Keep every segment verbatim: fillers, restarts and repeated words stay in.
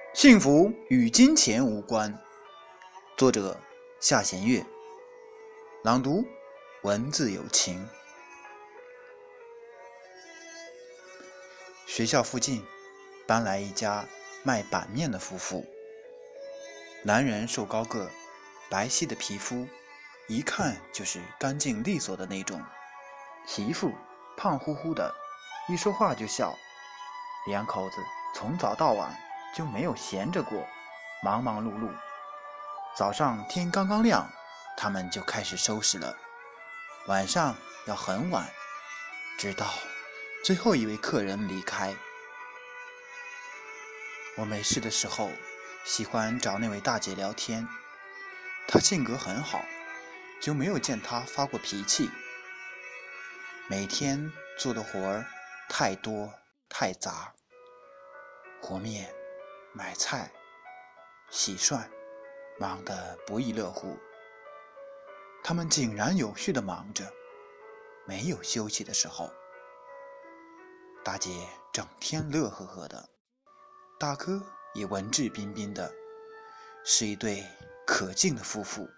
幸福与金钱无关。作者夏弦月，朗读文字有情。学校附近搬来一家卖板面的夫妇，男人瘦高个，白皙的皮肤，一看就是干净利索的那种。媳妇胖乎乎的，一说话就笑，两口子从早到晚就没有闲着过，忙忙碌碌。早上天刚刚亮，他们就开始收拾了，晚上要很晚，直到最后一位客人离开。我没事的时候喜欢找那位大姐聊天，她性格很好，就没有见她发过脾气。每天做的活儿太多太杂，和面、买菜、洗涮，忙得不亦乐乎。他们井然有序地忙着，没有休息的时候。大姐整天乐呵呵的，大哥也文质彬彬的，是一对可敬的夫妇。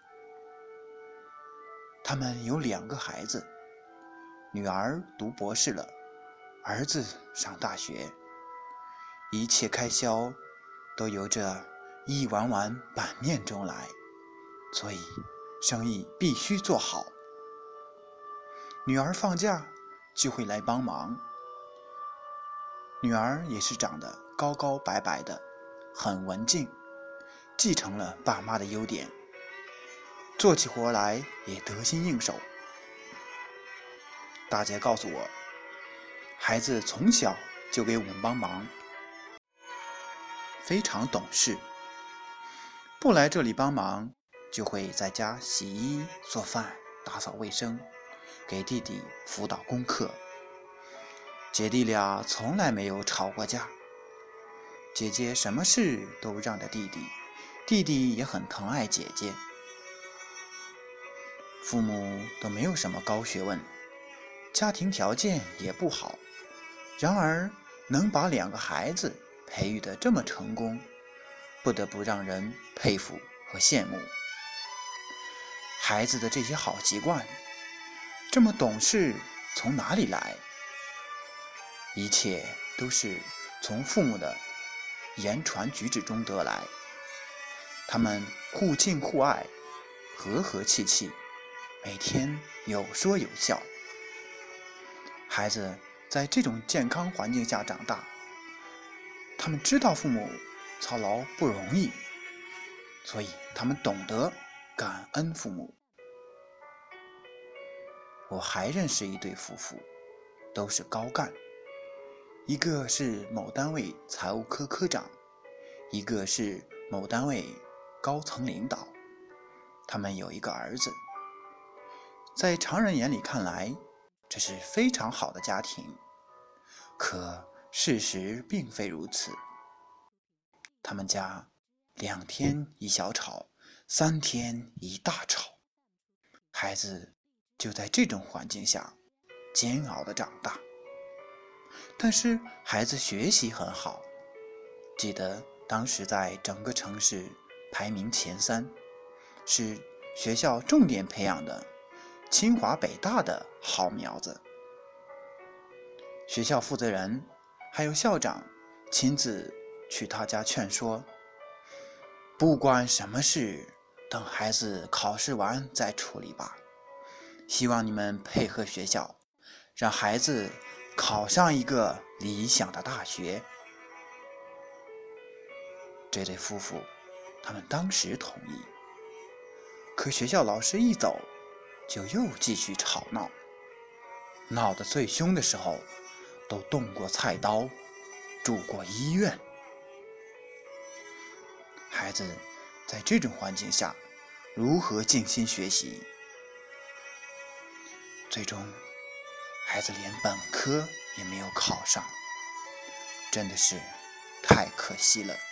他们有两个孩子，女儿读博士了，儿子上大学，一切开销都由这一碗碗板面中来，所以生意必须做好。女儿放假就会来帮忙。女儿也是长得高高白白的，很文静，继承了爸妈的优点，做起活来也得心应手。大姐告诉我，孩子从小就给我们帮忙，非常懂事，不来这里帮忙就会在家洗衣做饭打扫卫生，给弟弟辅导功课。姐弟俩从来没有吵过架，姐姐什么事都让着弟弟，弟弟也很疼爱姐姐。父母都没有什么高学问，家庭条件也不好，然而能把两个孩子培育得这么成功，不得不让人佩服和羡慕。孩子的这些好习惯，这么懂事，从哪里来？一切都是从父母的言传举止中得来。他们互敬互爱，和和气气，每天有说有笑。孩子在这种健康环境下长大，他们知道父母操劳不容易，所以他们懂得感恩父母。我还认识一对夫妇，都是高干，一个是某单位财务科科长，一个是某单位高层领导。他们有一个儿子，在常人眼里看来，这是非常好的家庭，可事实并非如此。他们家两天一小吵，三天一大吵，孩子就在这种环境下煎熬地长大。但是孩子学习很好，记得当时在整个城市排名前三，是学校重点培养的清华北大的好苗子。学校负责人还有校长亲自去他家劝说，不管什么事，等孩子考试完再处理吧，希望你们配合学校，让孩子考上一个理想的大学。这对夫妇他们当时同意，可学校老师一走，就又继续吵闹，闹得最凶的时候都动过菜刀，住过医院。孩子在这种环境下如何静心学习？最终孩子连本科也没有考上，真的是太可惜了。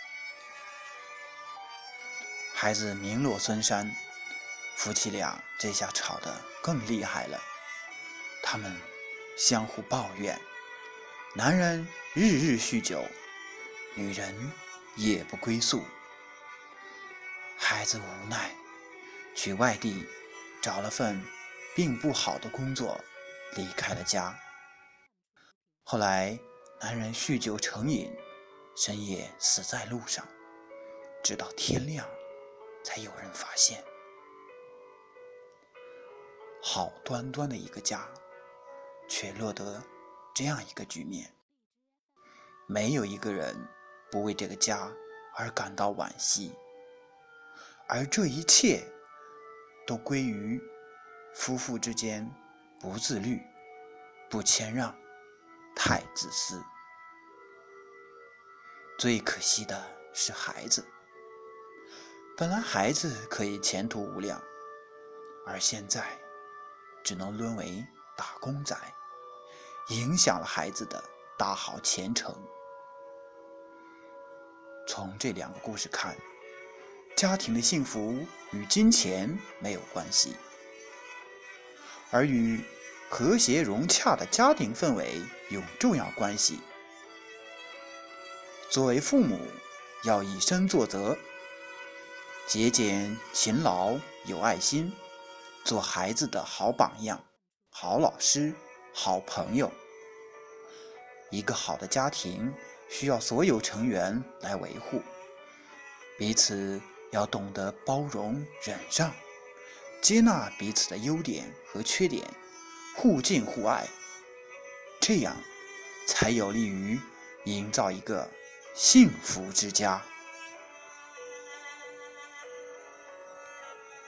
孩子名落孙山，夫妻俩这下吵得更厉害了。他们相互抱怨，男人日日酗酒，女人夜不归宿。孩子无奈，去外地找了份并不好的工作，离开了家。后来男人酗酒成瘾，深夜死在路上，直到天亮才有人发现。好端端的一个家，却落得这样一个局面。没有一个人不为这个家而感到惋惜，而这一切都归于夫妇之间不自律、不谦让、太自私。最可惜的是孩子，本来孩子可以前途无量，而现在只能沦为打工仔，影响了孩子的大好前程。从这两个故事看，家庭的幸福与金钱没有关系，而与和谐融洽的家庭氛围有重要关系。作为父母，要以身作则，节俭勤劳有爱心，做孩子的好榜样、好老师、好朋友。一个好的家庭需要所有成员来维护，彼此要懂得包容忍让，接纳彼此的优点和缺点，互敬互爱，这样才有利于营造一个幸福之家。